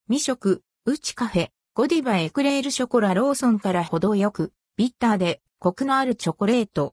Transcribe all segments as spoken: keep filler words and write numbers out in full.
未食、ウチカフェ、ゴディバエクレールショコラローソンから程よく、ビッターで、コクのあるチョコレート。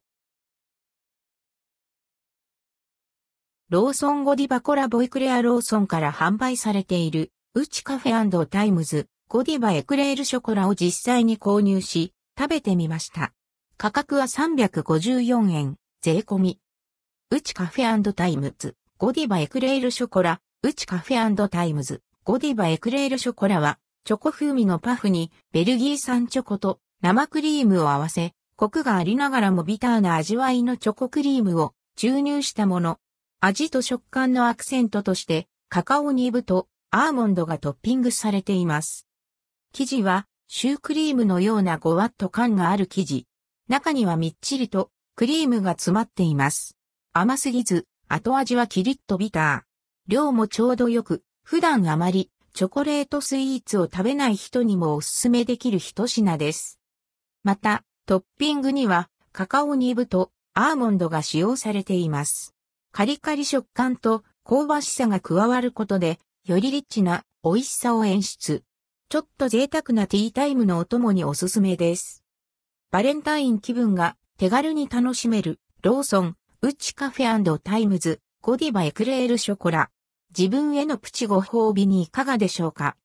ローソンゴディバコラボエクレアローソンから販売されている、ウチカフェ&タイムズ、ゴディバエクレールショコラを実際に購入し、食べてみました。価格はさんびゃくごじゅうよんえん、税込み。ウチカフェ&タイムズ、ゴディバエクレールショコラ、ウチカフェ&タイムズ。ゴディバエクレールショコラは、チョコ風味のパフにベルギー産チョコと生クリームを合わせ、コクがありながらもビターな味わいのチョコクリームを注入したもの。味と食感のアクセントとして、カカオニブとアーモンドがトッピングされています。生地は、シュークリームのようなごワット感がある生地。中にはみっちりとクリームが詰まっています。甘すぎず、後味はキリッとビター。量もちょうどよく、普段あまりチョコレートスイーツを食べない人にもおすすめできる一品です。また、トッピングにはカカオニブとアーモンドが使用されています。カリカリ食感と香ばしさが加わることで、よりリッチな美味しさを演出。ちょっと贅沢なティータイムのお供におすすめです。バレンタイン気分が手軽に楽しめるローソン、ウチカフェ&タイムズ、ゴディバエクレールショコラ。自分へのプチご褒美にいかがでしょうか。